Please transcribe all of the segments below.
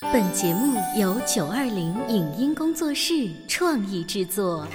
本节目由920影音工作室创意制作。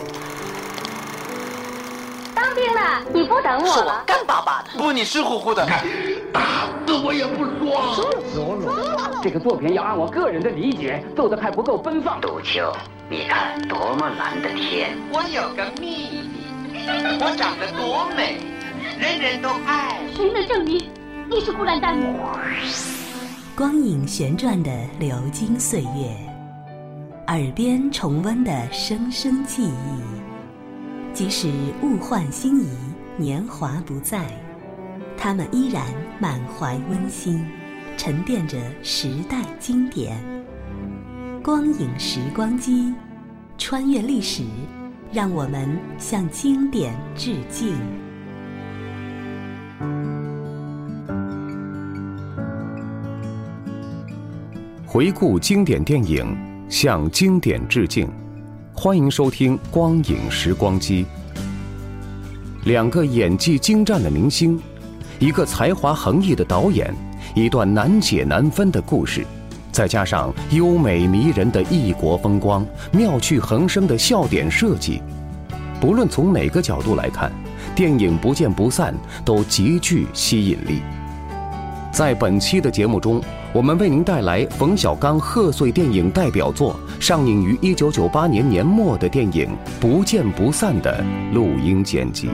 当兵了，你不等我了？ 是我干巴巴的， 不，你湿乎乎的。 打死我也不说。 说，这个作品要按我个人的理解做得还不够奔放。 杜秋，你看多么蓝的天！ 我有个秘密，我长得多美，人人都爱。 谁能证明你是孤兰丹？ 光影旋转的流金岁月，耳边重温的声声记忆。即使物换星移，年华不在，他们依然满怀温馨，沉淀着时代经典。光影时光机，穿越历史，让我们向经典致敬。 回顾经典电影，向经典致敬。欢迎收听光影时光机。两个演技精湛的明星，一个才华横溢的导演，一段难解难分的故事，再加上优美迷人的异国风光，妙趣横生的笑点设计，不论从哪个角度来看，电影不见不散都极具吸引力。在本期的节目中，我们为您带来冯小刚贺岁电影代表作，上映于1998年年末的电影《不见不散》的录音剪辑。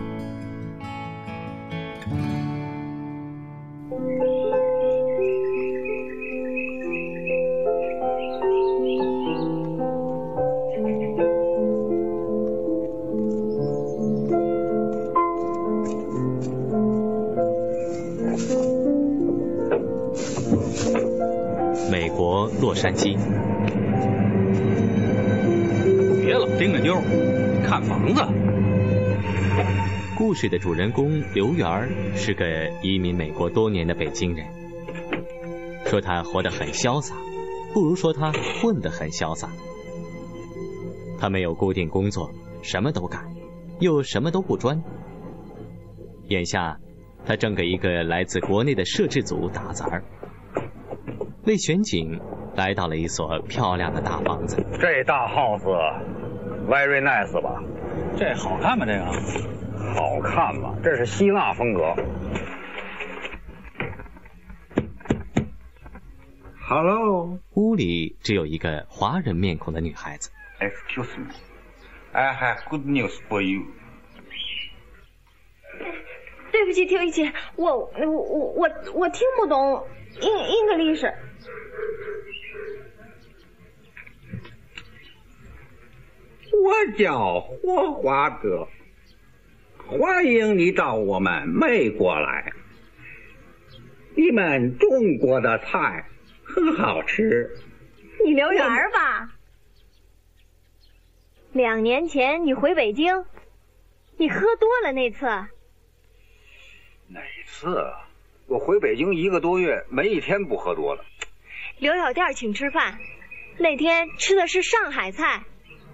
美国洛杉矶。 别老盯着妞，看房子。 故事的主人公刘源是个移民美国多年的北京人。说他活得很潇洒，不如说他混得很潇洒。他没有固定工作，什么都干，又什么都不专。眼下，他正给一个来自国内的摄制组打杂儿。为选景，来到了一所漂亮的大房子。 这大 house very nice 吧？这好看吗？这个好看吧？这是希腊风格。Hello， 屋里只有一个华人面孔的女孩子。 Excuse me, I have good news for you。 对不起，我听不懂English。 我叫霍华德，欢迎你到我们美国来。你们中国的菜很好吃。 你刘源吧？2年前你回北京，你喝多了那次。 哪次？我回北京1个多月，没一天不喝多了。 刘小店请吃饭，那天吃的是上海菜。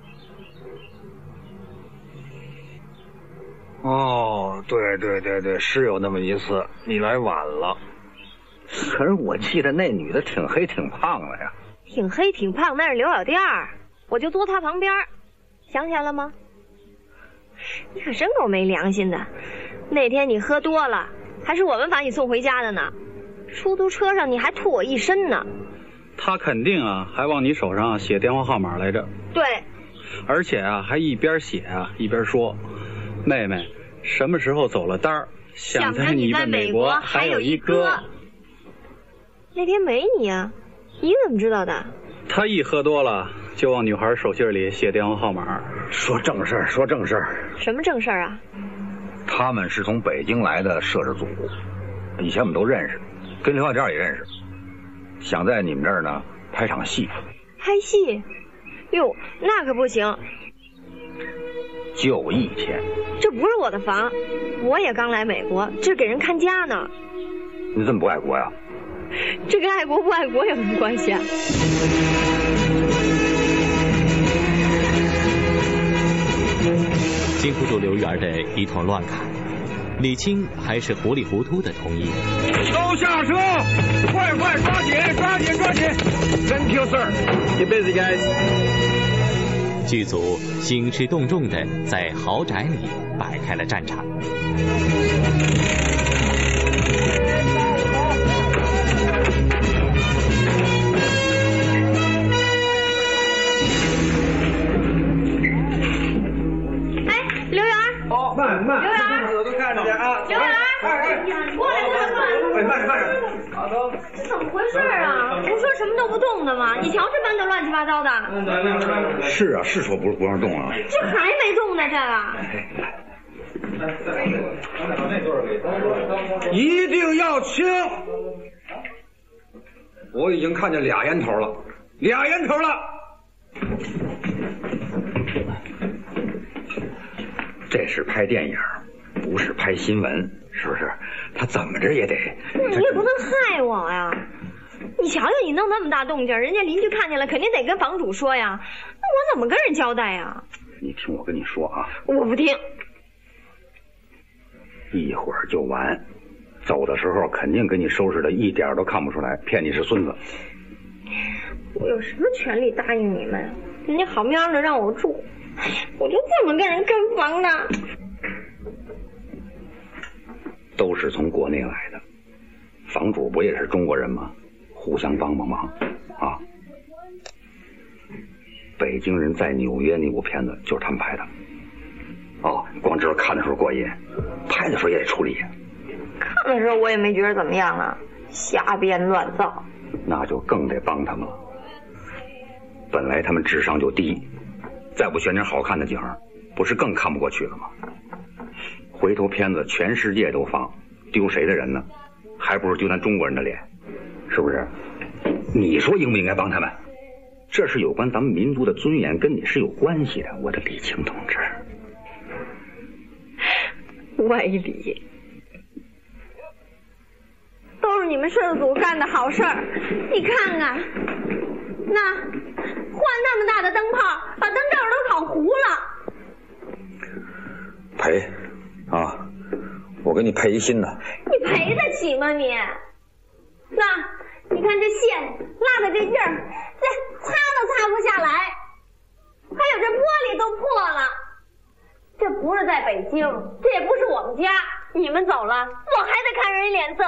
哦，对，是有那么一次，你来晚了。可是我记得那女的挺黑挺胖的呀。 挺黑挺胖那是刘小店，我就坐她旁边，想起来了吗？你可真够没良心的，那天你喝多了，还是我们把你送回家的呢，出租车上你还吐我一身呢。 他肯定还往你手上写电话号码来着。 对， 而且还一边写一边说，妹妹什么时候走了单儿，想在你在美国还有一哥。 那天没你啊，你怎么知道的？ 他一喝多了就往女孩手心里写电话号码。 说正事儿。 什么正事儿啊？ 他们是从北京来的摄制组，以前我们都认识，跟刘小店也认识，想在你们这儿呢拍场戏。 拍戏？哟，那可不行。 就1天。 这不是我的房，我也刚来美国，这给人看家呢。 你这么不爱国呀？ 这跟爱国不爱国有什么关系啊？ 经不住刘源的一通乱砍，李青还是糊里糊涂的同意。 都下车，快抓紧！ Thank you, sir. Get busy, guys. 剧组兴师动众地在豪宅里摆开了战场。 慢， 刘源， 我都看着点啊！ 刘源，过来， 慢着。 好的。这怎么回事啊？不是说什么都不动的吗？你瞧这搬得乱七八糟的。 是啊，是说不让动啊。 这还没动呢， 这个。一定要清！我已经看见俩烟头了。这是拍电影，不是拍新闻，是不是？他怎么着也得…… 你也不能害我呀！你瞧瞧，你弄那么大动静，人家邻居看见了，肯定得跟房主说呀。那我怎么跟人交代呀？ 你听我跟你说啊！ 我不听。 一会儿就完，走的时候肯定给你收拾的一点都看不出来，骗你是孙子。 我有什么权利答应你们？人家好喵的让我住。我就这么跟人跟房的， 都是从国内来的，房主不也是中国人吗？互相帮忙啊！北京人在纽约那部片子就是他们拍的。哦，光知道看的时候过瘾，拍的时候也得出力。 看的时候我也没觉得怎么样啊，瞎编乱造。 那就更得帮他们了。本来他们智商就低。再不选点好看的景，不是更看不过去了吗？回头片子全世界都放，丢谁的人呢？还不如丢咱中国人的脸，是不是？你说应不应该帮他们？这是有关咱们民族的尊严，跟你是有关系的，我的李青同志。 歪理，都是你们摄制组干的好事儿。你看看，那换那么大的灯泡，把灯罩都烤糊了。 赔啊！我给你配一新的。 你赔得起吗你？那你看这线拉的这劲儿，这擦都擦不下来，还有这玻璃都破了。这不是在北京，这也不是我们家。你们走了，我还得看人脸色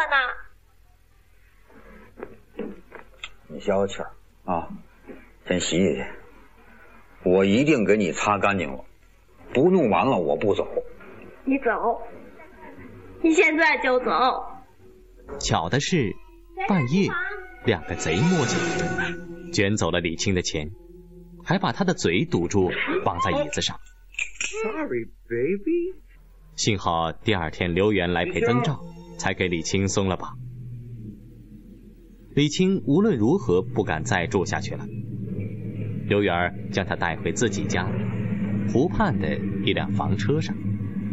呢。 你消消气儿啊！先洗洗去，我一定给你擦干净了，不弄完了我不走。 你走，你现在就走。 巧的是，半夜两个贼摸进来，卷走了李青的钱，还把他的嘴堵住，绑在椅子上。 Sorry, baby。 幸好第二天刘源来陪灯罩，才给李青松了绑。李青无论如何不敢再住下去了。刘源将他带回自己家湖畔的一辆房车上。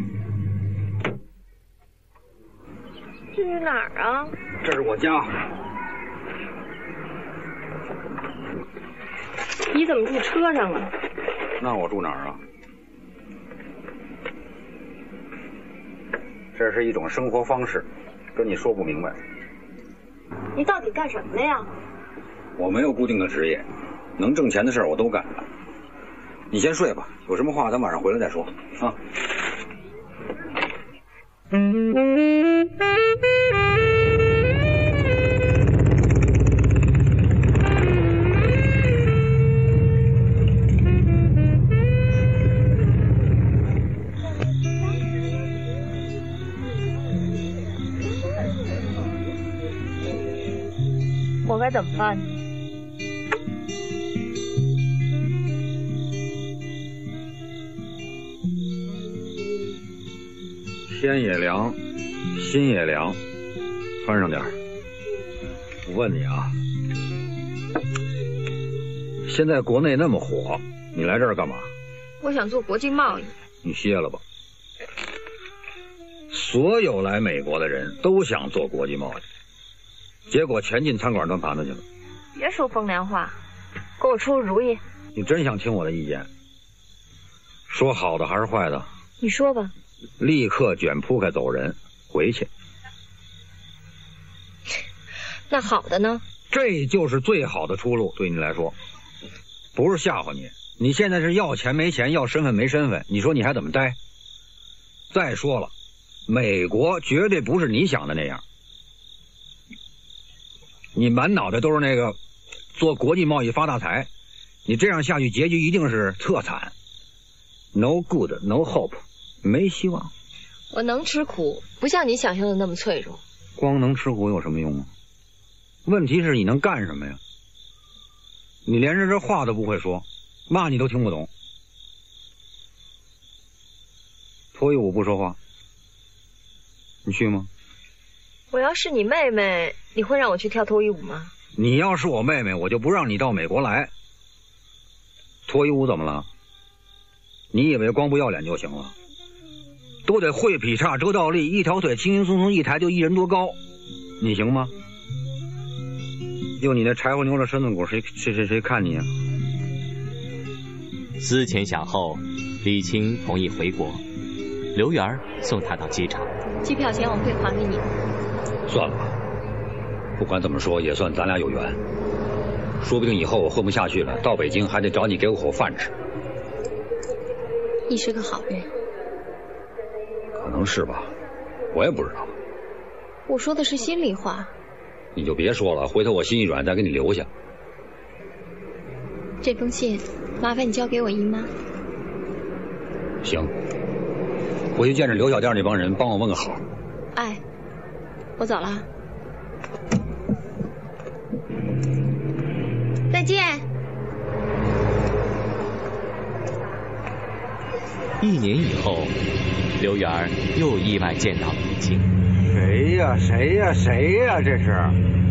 这是哪儿啊？ 这是我家。 你怎么住车上啊？ 那我住哪儿啊？这是一种生活方式，跟你说不明白。 你到底干什么的呀？ 我没有固定的职业，能挣钱的事我都干。你先睡吧，有什么话咱晚上回来再说啊。 我该怎么办？ 天也凉，心也凉，穿上点儿。我问你啊，现在国内那么火，你来这儿干嘛？ 我想做国际贸易。 你歇了吧。所有来美国的人都想做国际贸易，结果全进餐馆端盘子去了。 别说风凉话，给我出个主意。 你真想听我的意见？说好的还是坏的？ 你说吧。 立刻卷铺盖走人，回去。 那好的呢？ 这就是最好的出路，对你来说，不是吓唬你。你现在是要钱没钱，要身份没身份，你说你还怎么待？再说了，美国绝对不是你想的那样。你满脑袋都是那个做国际贸易发大财，你这样下去结局一定是特惨。No good, no hope， 没希望。 我能吃苦，不像你想象的那么脆弱。 光能吃苦有什么用啊？问题是你能干什么呀？你连这话都不会说，骂你都听不懂。脱衣舞不说话，你去吗？ 我要是你妹妹，你会让我去跳脱衣舞吗？ 你要是我妹妹，我就不让你到美国来。脱衣舞怎么了？你以为光不要脸就行了？都得会劈叉、折倒立，一条腿轻轻松松一抬就1人多高，你行吗？就你那柴火牛的身子骨，谁看你啊？ 思前想后，李青同意回国，刘源送他到机场。 机票钱我会还给你的。 算了吧，不管怎么说也算咱俩有缘，说不定以后我混不下去了，到北京还得找你给我口饭吃。 你是个好人。 可能是吧，我也不知道。 我说的是心里话。 你就别说了，回头我心一软再给你留下。 这封信麻烦你交给我姨妈。 行，回去见着刘小店那帮人，帮我问个好。 哎，我走了。再见。 1年以后，刘源又意外见到了李青。 谁呀？这是？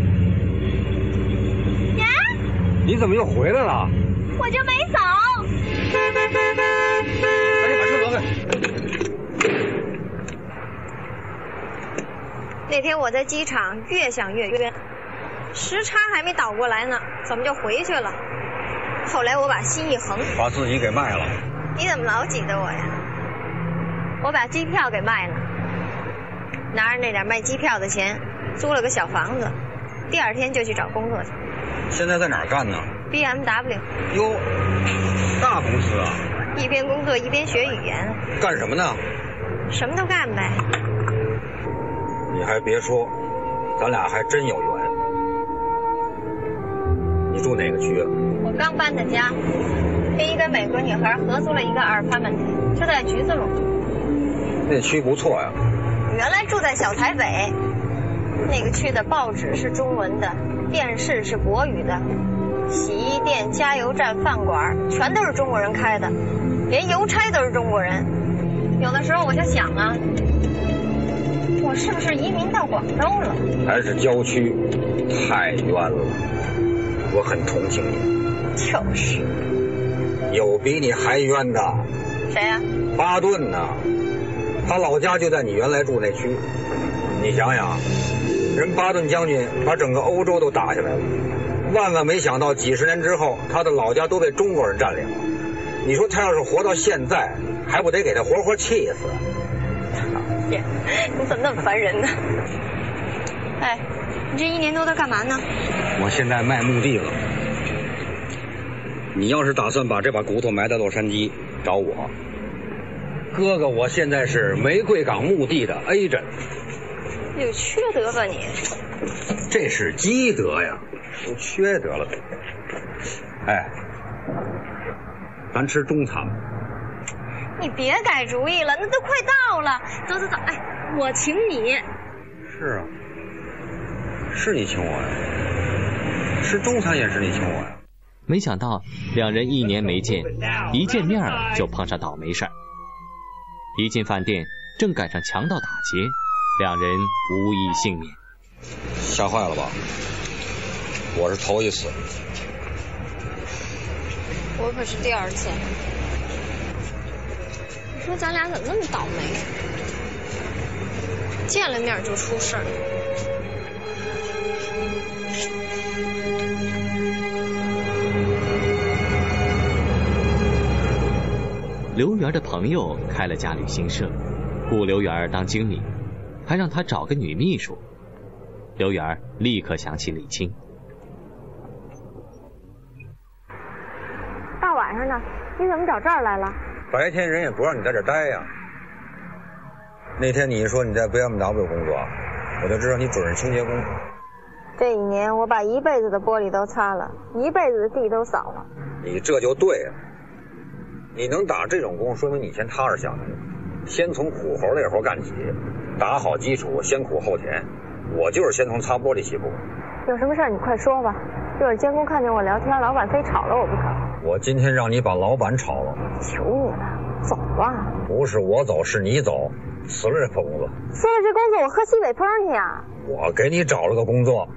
呀！ 你怎么又回来了？ 我就没走。 赶紧把车挪开。 那天我在机场越想越冤，时差还没倒过来呢，怎么就回去了？后来我把心一横， 把自己给卖了。 你怎么老记得我呀？我把机票给卖了，拿着那点卖机票的钱，租了个小房子，第2天就去找工作去。 现在在哪儿干呢 ？BMW。 哟，大公司啊！ 一边工作一边学语言。 干什么呢？ 什么都干呗。 你还别说，咱俩还真有缘。你住哪个区啊？ 我刚搬的家，跟一个美国女孩合租了一个apartment，就在橘子路。 那区不错呀。 原来住在小台北，那个区的报纸是中文的，电视是国语的，洗衣店、加油站、饭馆全都是中国人开的，连邮差都是中国人。有的时候我就想啊，我是不是移民到广州了？ 还是郊区，太冤了。我很同情你。 就是。 有比你还冤的。 谁呀？ 巴顿呢？他老家就在你原来住那区。你想想，人巴顿将军把整个欧洲都打下来了，万万没想到几十年之后，他的老家都被中国人占领了。你说他要是活到现在，还不得给他活活气死？ 你怎么那么烦人呢？哎，你这1年多都干嘛呢？ 我现在卖墓地了。你要是打算把这把骨头埋在洛杉矶，找我。哥哥，我现在是玫瑰岗墓地的 agent。 有缺德吧你？ 这是积德呀，都缺德了。哎，咱吃中餐吧。 你别改主意了，那都快到了。走，哎，我请你。 是啊，是你请我呀，吃中餐也是你请我呀。 没想到2人1年没见，一见面就碰上倒霉事儿。一进饭店，正赶上强盗打劫，2人无一幸免。 吓坏了吧？我是头一次。 我可是第2次。你说咱俩怎么那么倒霉？见了面就出事儿。 刘源的朋友开了家旅行社，雇刘源当经理，还让他找个女秘书。刘源立刻想起李青， 上呢，你怎么找这儿来了？ 白天人也不让你在这儿待呀。那天你一说你在 BMW 工作，我就知道你准是清洁工。 这一年我把一辈子的玻璃都擦了，一辈子的地都扫了。 你这就对了，你能打这种工，说明你先踏实下来，先从苦活累活干起，打好基础，先苦后甜。我就是先从擦玻璃起步。 有什么事你快说吧，一会儿监工看见我聊天，老板非炒了我不可。 我今天让你把老板炒了。 求你了，走吧。 不是我走，是你走，辞了这破工作。 辞了这工作，我喝西北风去呀。 我给你找了个工作，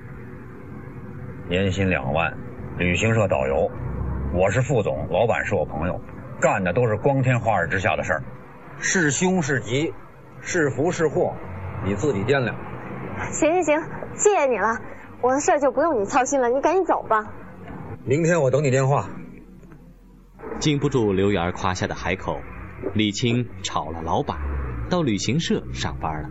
年薪2万，旅行社导游。我是副总，老板是我朋友，干的都是光天化日之下的事儿，是凶是吉，是福是祸，你自己掂量。 行，谢谢你了，我的事就不用你操心了，你赶紧走吧。 明天我等你电话。 禁不住刘源夸下的海口，李青炒了老板，到旅行社上班了。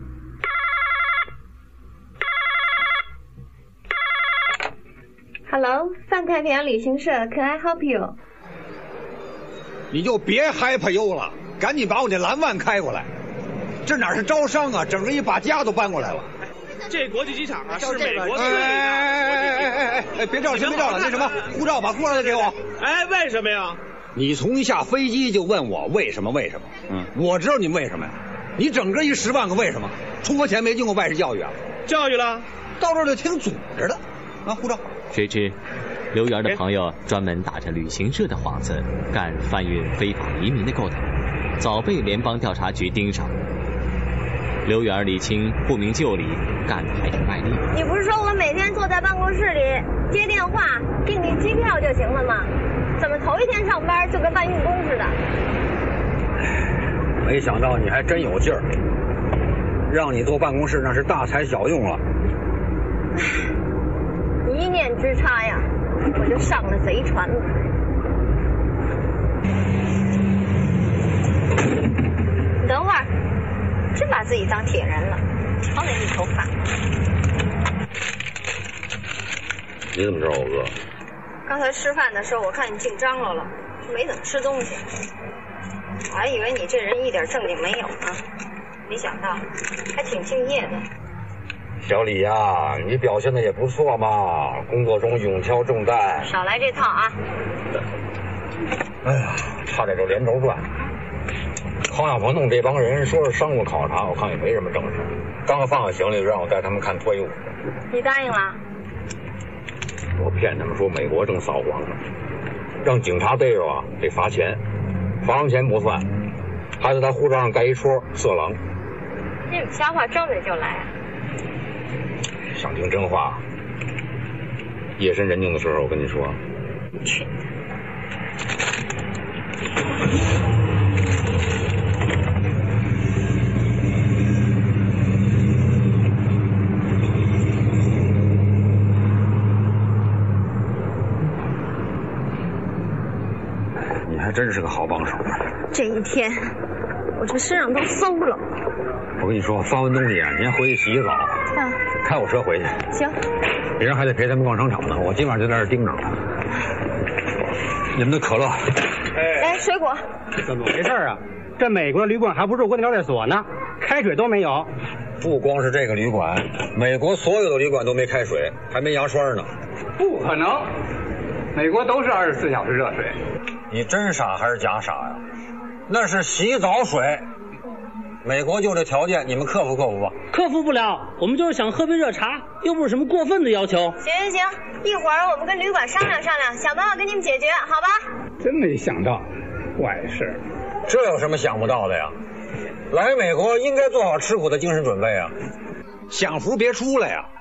Hello， 泛太平洋旅行社 ，Can I help you？ 你就别happy you了，赶紧把我那蓝万开过来。这哪是招商啊，整个一把家都搬过来了。 这国际机场啊，是美国最哎，别照了，先别照了，那什么，护照把护照给我。 哎，为什么呀？ 你从一下飞机就问我为什么？我知道你为什么呀？你整个10万个为什么？出国前没经过外事教育啊？ 教育了， 到这儿就挺组织的啊，护照。 谁知刘源的朋友专门打着旅行社的幌子干贩运非法移民的勾当，早被联邦调查局盯上。刘源、李青不明就里，干得还挺卖力。 你不是说我每天坐在办公室里接电话、订机票就行了吗？怎么头一天上班就跟搬运工似的？ 没想到你还真有劲儿，让你坐办公室那是大材小用了。 一念之差呀，我就上了贼船了。你等会儿，真把自己当铁人了，瞧那一头发。 你怎么知道我饿？ 刚才吃饭的时候，我看你净张罗了，没怎么吃东西。我还以为你这人一点正经没有呢，没想到还挺敬业的。 小李呀，你表现的也不错嘛，工作中勇挑重担。 少来这套啊！ 哎呀，差点就连轴转。康亚鹏弄这帮人说是商务考察，我看也没什么正事。刚放下行李，让我带他们看脱衣舞。 你答应了？ 我骗他们说美国正扫黄呢，让警察逮着啊得罚钱，罚完钱不算，还在他护照上盖一戳色狼。 你们瞎话张嘴就来啊！ 想听真话，夜深人静的时候，我跟你说， 去你的！ 你还真是个好帮手。 这一天，我这身上都馊了。 我跟你说，发完东西啊，你先回去洗洗澡。开我车回去。 行。 别人还得陪他们逛商场呢，我今晚就在这盯着了。你们的可乐。 哎，水果。 怎么回事啊？这美国旅馆还不是关招待所呢，开水都没有。 不光是这个旅馆，美国所有的旅馆都没开水，还没牙刷呢。 不可能，美国都是24小时热水。 你真傻还是假傻呀？那是洗澡水。美国就这条件，你们克服吧？ 克服不了，我们就是想喝杯热茶，又不是什么过分的要求。 行，一会儿我们跟旅馆商量商量，想办法给你们解决，好吧？ 真没想到，坏事。 这有什么想不到的呀？来美国应该做好吃苦的精神准备啊！ 享福别出来呀！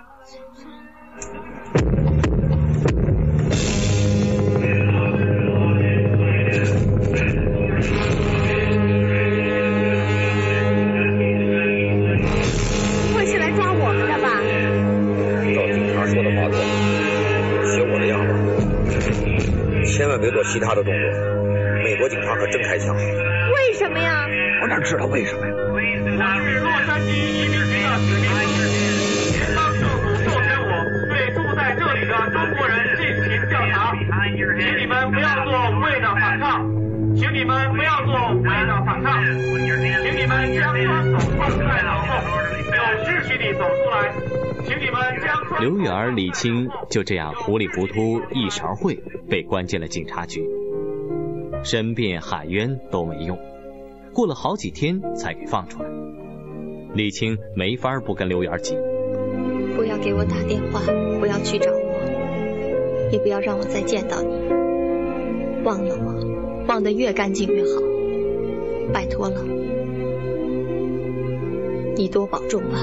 千万别做其他的动作，美国警察可真开枪。 为什么呀？ 我哪知道为什么呀？ 我是洛杉矶移民局的指名通知，联邦政府授权我对住在这里的中国人进行调查。 请你们不要做无谓的反抗，请你们不要做无谓的反抗，请你们将双手放在脑后，有秩序地走出来，请你们将双手。 刘源、李青就这样糊里糊涂一勺烩被关进了警察局，申辩喊冤都没用，过了好几天才给放出来。李青没法不跟刘源急， 不要给我打电话，不要去找我，也不要让我再见到你，忘了我，忘得越干净越好，拜托了，你多保重吧。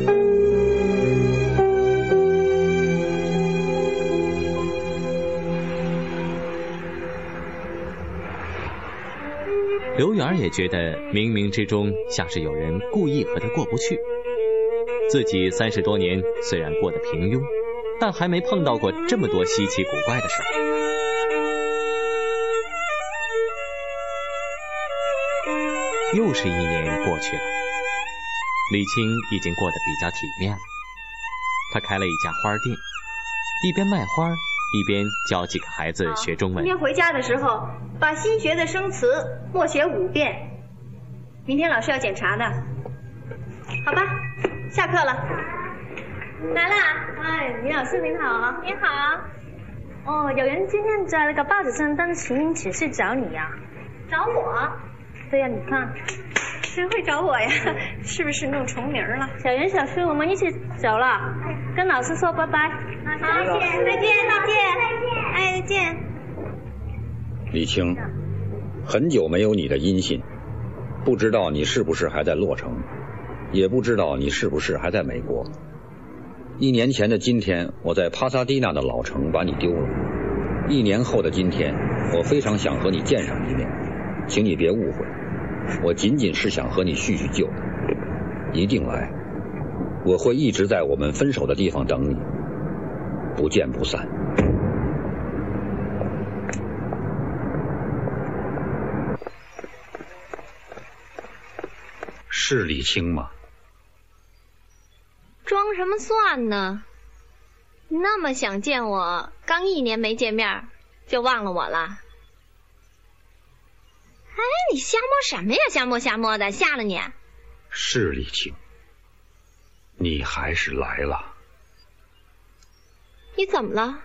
刘源也觉得冥冥之中像是有人故意和他过不去，自己30多年虽然过得平庸，但还没碰到过这么多稀奇古怪的事。又是1年过去了，李青已经过得比较体面了。他开了一家花店，一边卖花一边教几个孩子学中文。 明天回家的时候，把新学的生词默写5遍。明天老师要检查的，好吧？下课了。来啦！哎，李老师您好。您好。 哦，有人今天在那个报纸上登请您请示找你呀。 找我？ 对呀，你看。 谁会找我呀？是不是弄重名了？ 小袁、小苏，我们一起走了，跟老师说拜拜。 好，再见，再见，再见，哎，再见。 李青，很久没有你的音信，不知道你是不是还在洛城，也不知道你是不是还在美国。1年前的今天，我在帕萨迪纳的老城把你丢了。1年后的今天，我非常想和你见上一面，请你别误会。我仅仅是想和你叙叙旧，一定来，我会一直在我们分手的地方等你，不见不散。是李青吗？ 装什么蒜呢？你那么想见我，刚1年没见面就忘了我了？哎，你瞎摸什么呀？瞎摸瞎摸的，吓了你？ 是李青，你还是来了。 你怎么了？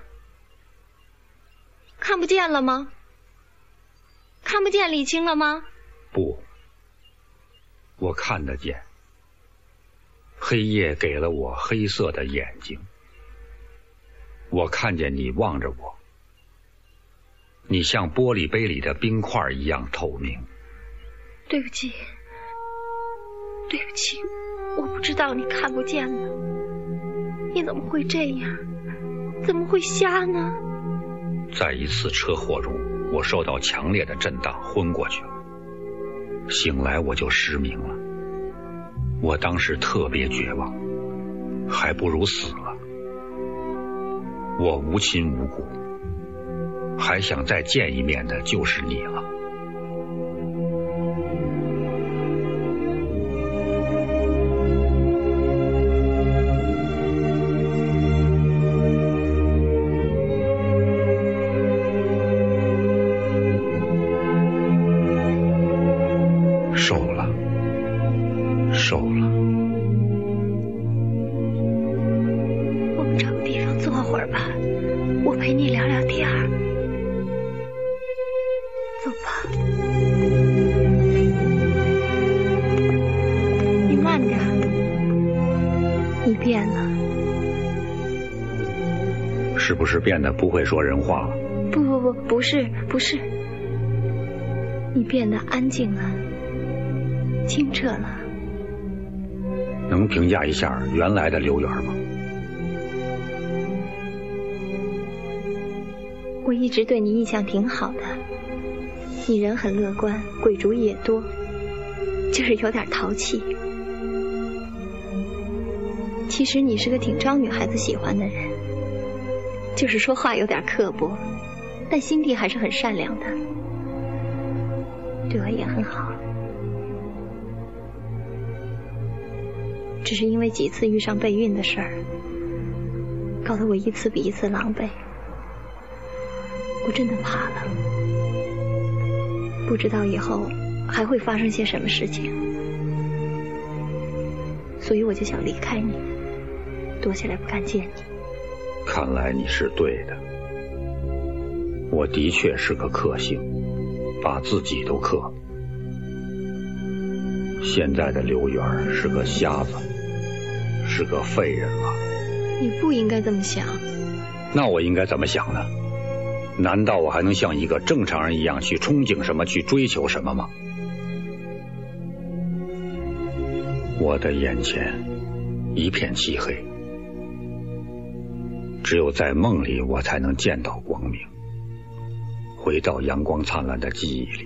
看不见了吗？看不见李青了吗？ 不，我看得见。黑夜给了我黑色的眼睛，我看见你望着我。你像玻璃杯里的冰块一样透明。 对不起，对不起，我不知道你看不见呢。你怎么会这样？怎么会瞎呢？ 在一次车祸中，我受到强烈的震荡，昏过去了。醒来我就失明了。我当时特别绝望，还不如死了。我无亲无故，还想再见一面的就是你了。瘦了，瘦了。 我们找个地方坐会儿吧，我陪你聊聊天儿。走吧，你慢点，你变了。 是不是变得不会说人话了？ 不是，你变得安静了，清澈了。 能评价一下原来的刘源吗？ 我一直对你印象挺好的，你人很乐观，鬼主意也多，就是有点淘气。其实你是个挺招女孩子喜欢的人，就是说话有点刻薄，但心地还是很善良的，对我也很好。只是因为几次遇上备孕的事儿，搞得我一次比一次狼狈。 我真的怕了，不知道以后还会发生些什么事情，所以我就想离开你，躲起来不敢见你。 看来你是对的，我的确是个克星，把自己都克。现在的刘源是个瞎子，是个废人了。 你不应该这么想。 那我应该怎么想呢？难道我还能像一个正常人一样去憧憬什么，去追求什么吗？我的眼前一片漆黑，只有在梦里我才能见到光明，回到阳光灿烂的记忆里。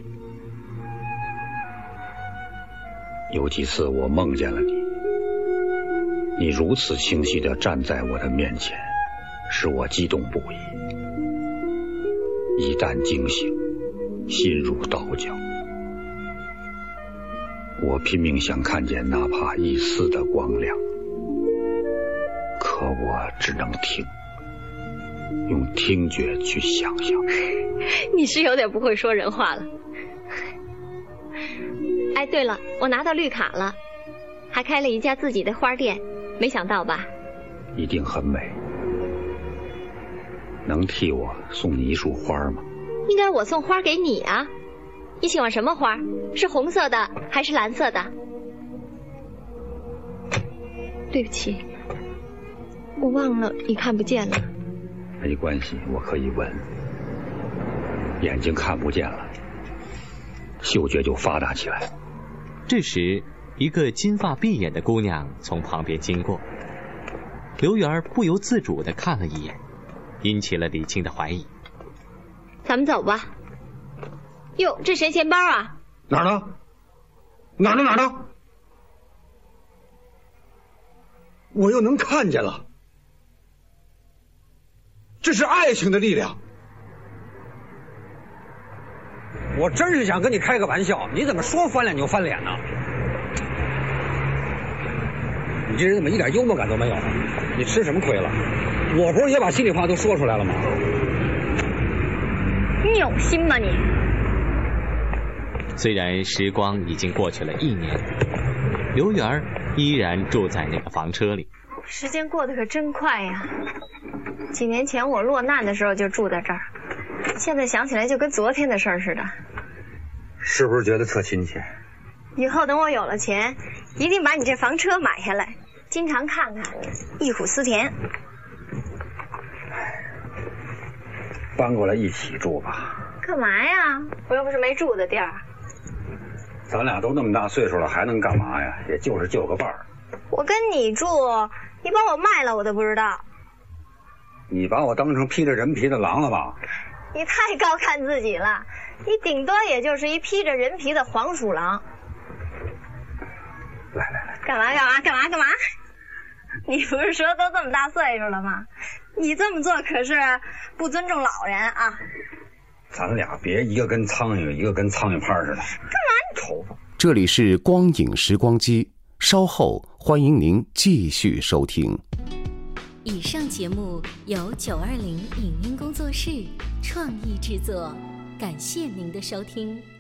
有几次我梦见了你，你如此清晰地站在我的面前，使我激动不已。一旦惊醒，心如刀绞。我拼命想看见哪怕一丝的光亮，可我只能听，用听觉去想象。 你是有点不会说人话了。哎，对了，我拿到绿卡了，还开了一家自己的花店，没想到吧？ 一定很美。能替我送你一束花吗？ 应该我送花给你啊。你喜欢什么花？是红色的还是蓝色的？对不起，我忘了你看不见了。 没关系，我可以闻。眼睛看不见了，嗅觉就发达起来。 这时，一个金发碧眼的姑娘从旁边经过，刘源不由自主地看了一眼，引起了李青的怀疑。 咱们走吧。哟，这谁钱包啊？ 哪儿呢？哪儿呢？哪儿呢？我又能看见了，这是爱情的力量。 我真是想跟你开个玩笑，你怎么说翻脸就翻脸呢？你这人怎么一点幽默感都没有？你吃什么亏了？我不是也把心里话都说出来了吗？ 你有心吗你？ 虽然时光已经过去了1年，刘源依然住在那个房车里。 时间过得可真快呀！几年前我落难的时候就住在这儿，现在想起来就跟昨天的事儿似的。 是不是觉得特亲切？ 以后等我有了钱，一定把你这房车买下来，经常看看，忆苦思甜。 搬过来一起住吧。 干嘛呀？我又不是没住的地儿。 咱俩都那么大岁数了，还能干嘛呀？也就是就个伴儿。 我跟你住，你把我卖了我都不知道。 你把我当成披着人皮的狼了吧？ 你太高看自己了，你顶多也就是一披着人皮的黄鼠狼。 来， 干嘛？你不是说都这么大岁数了吗？你这么做可是不尊重老人啊！ 咱俩别一个跟苍蝇，一个跟苍蝇拍似的。干嘛？ 头发。 这里是光影时光机，稍后欢迎您继续收听。 以上节目由920影音工作室创意制作，感谢您的收听。